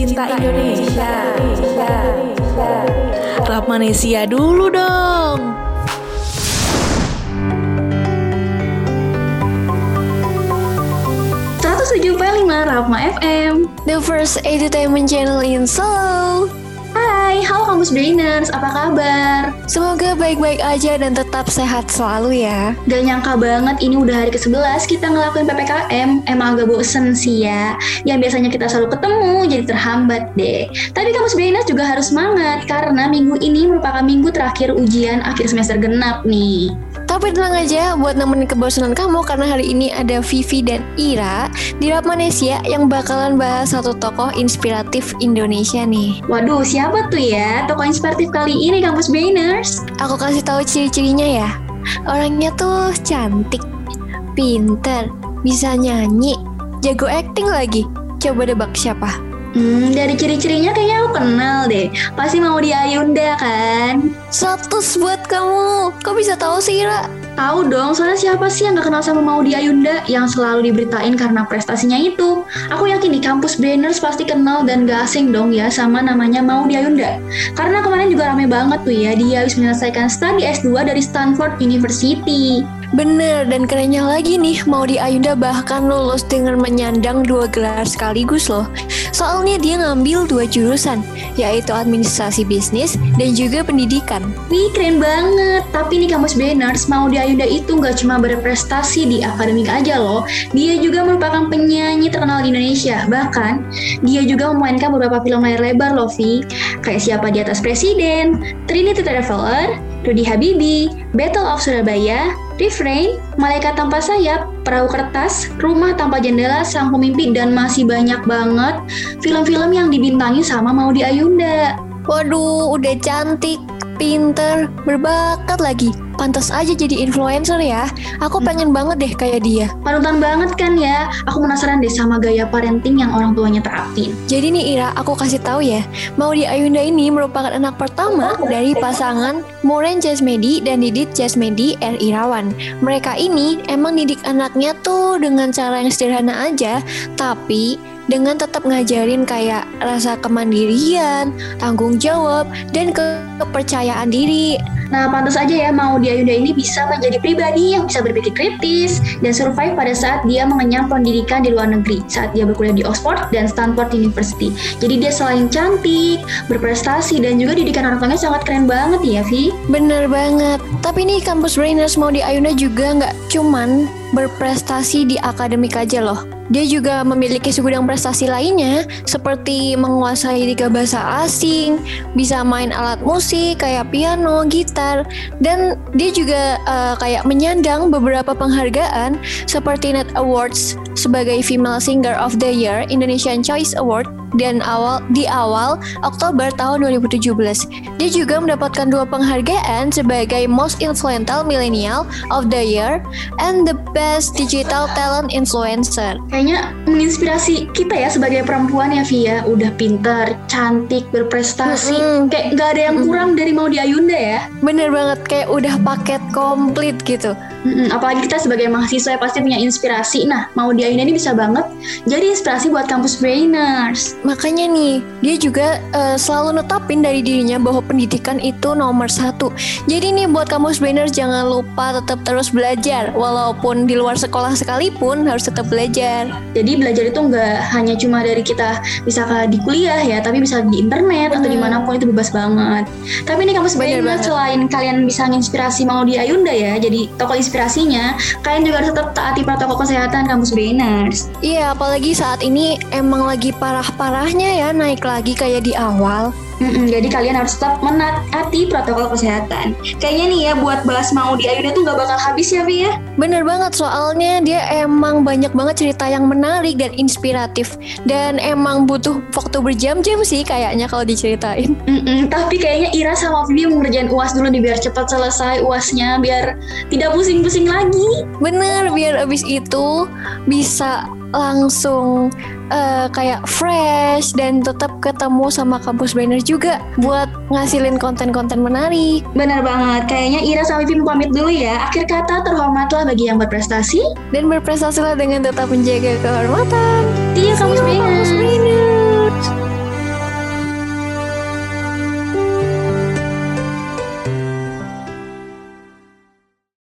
pecinta Indonesia. Rapmanesia dulu dong. Rapma FM, the first entertainment channel in Solo. Hai, halo Kampus Brainers, apa kabar? Semoga baik-baik aja dan tetap sehat selalu ya. Gak nyangka banget ini udah hari ke-11 kita ngelakuin PPKM. Emang agak bosen sih ya. Yang biasanya kita selalu ketemu jadi terhambat deh. Tapi Kampus Brainers juga harus semangat karena minggu ini merupakan minggu terakhir ujian akhir semester genap nih. Tapi tenang aja buat nemenin kebosanan kamu karena hari ini ada Vivi dan Ira di Rapmanesia yang bakalan bahas satu tokoh inspiratif Indonesia nih. Waduh, siapa tuh ya tokoh inspiratif kali ini Kampus Brainers? Aku kasih tahu ciri-cirinya ya. Orangnya tuh cantik, pinter, bisa nyanyi, jago acting lagi. Coba debak siapa? Dari ciri-cirinya kayaknya aku kenal deh. Pasti Maudy Ayunda kan? 100 buat kamu. Kok bisa tahu sih, Ira? Tahu dong, soalnya siapa sih yang gak kenal sama Maudy Ayunda yang selalu diberitain karena prestasinya itu? Aku yakin di Kampus Brainers pasti kenal dan gak asing dong ya sama namanya Maudy Ayunda. Karena kemarin juga rame banget tuh ya, dia habis menyelesaikan studi S2 dari Stanford University. Bener, dan kerennya lagi nih, Maudy Ayunda bahkan lulus dengan menyandang 2 gelar sekaligus loh. Soalnya dia ngambil 2 jurusan, yaitu administrasi bisnis dan juga pendidikan. Wih, keren banget. Tapi nih Kampus Brainers, Maudy Ayunda itu gak cuma berprestasi di akademik aja loh. Dia juga merupakan penyanyi terkenal di Indonesia. Bahkan, dia juga memainkan beberapa film layar lebar loh, Vi. Kayak Siapa di Atas Presiden, Trinity Traveler, Rudy Habibi, Battle of Surabaya, Refrain, Malaikat Tanpa Sayap, Perahu Kertas, Rumah Tanpa Jendela, Sang Pemimpi, dan masih banyak banget film-film yang dibintangi sama Maudy Ayunda. Waduh, udah cantik, pinter, berbakat lagi. Pantas aja jadi influencer ya. Aku pengen banget deh kayak dia. Panutan banget kan ya. Aku penasaran deh sama gaya parenting yang orang tuanya terapin. Jadi nih Ira, aku kasih tahu ya. Maudy Ayunda ini merupakan anak pertama dari pasangan Muren Jasmedi dan Didit Jasmedi R. Irawan. Mereka ini emang didik anaknya tuh dengan cara yang sederhana aja, tapi dengan tetap ngajarin kayak rasa kemandirian, tanggung jawab, dan kepercayaan diri. Nah, pantas aja ya Maudy Ayunda ini bisa menjadi pribadi yang bisa berpikir kritis dan survive pada saat dia mengenyam pendidikan di luar negeri, saat dia berkuliah di Oxford dan Stanford University. Jadi dia selain cantik, berprestasi, dan juga didikan orang tuanya sangat keren banget ya, Vi. Bener banget. Tapi nih Kampus Brainers, Maudy Ayunda juga nggak cuman berprestasi di akademik aja loh. Dia juga memiliki segudang prestasi lainnya seperti menguasai 3 bahasa asing, bisa main alat musik kayak piano, gitar, dan dia juga kayak menyandang beberapa penghargaan seperti Net Awards sebagai Female Singer of the Year, Indonesian Choice Award dan di awal Oktober tahun 2017. Dia juga mendapatkan 2 penghargaan sebagai Most Influential Millennial of the Year and the Best Digital Talent Influencer. Kayaknya menginspirasi kita ya sebagai perempuan ya, Via. Udah pintar, cantik, berprestasi. Kayak gak ada yang kurang dari Maudy Ayunda ya. Bener banget, kayak udah paket komplit gitu. Apalagi kita sebagai mahasiswa pasti punya inspirasi. Nah, Maudy Ayunda ini bisa banget jadi inspirasi buat Kampus Brainers. Makanya nih, dia juga selalu netapin dari dirinya bahwa pendidikan itu nomor 1. Jadi nih buat Kampus Brainers jangan lupa tetap terus belajar. Walaupun di luar sekolah sekalipun harus tetap belajar. Jadi belajar itu nggak hanya cuma dari kita bisa di kuliah ya, tapi bisa di internet atau dimanapun itu bebas banget. Tapi nih Kampus Brainers selain kalian bisa menginspirasi Maudy Ayunda ya, jadi tokoh inspirasinya, kalian juga harus tetap taati protokol kesehatan Kampus Brainers. Iya, apalagi saat ini emang lagi parah-parahnya ya, naik lagi kayak di awal. Jadi kalian harus tetap menaati protokol kesehatan. Kayaknya nih ya buat bahas Maudy Ayunda tuh gak bakal habis ya, Vi ya. Bener banget, soalnya dia emang banyak banget cerita yang menarik dan inspiratif. Dan emang butuh waktu berjam-jam sih kayaknya kalau diceritain. Tapi kayaknya Ira sama Vivi mau ngerjain UAS dulu nih biar cepat selesai UASnya, biar tidak pusing-pusing lagi. Bener, biar abis itu bisa langsung kayak fresh dan tetap ketemu sama Kampus Brainers juga buat ngasilin konten-konten menarik. Benar banget, kayaknya Ira sama Vivi pamit dulu ya. Akhir kata, terhormatlah bagi yang berprestasi dan berprestasilah dengan tetap menjaga kehormatan. Iya, Kampus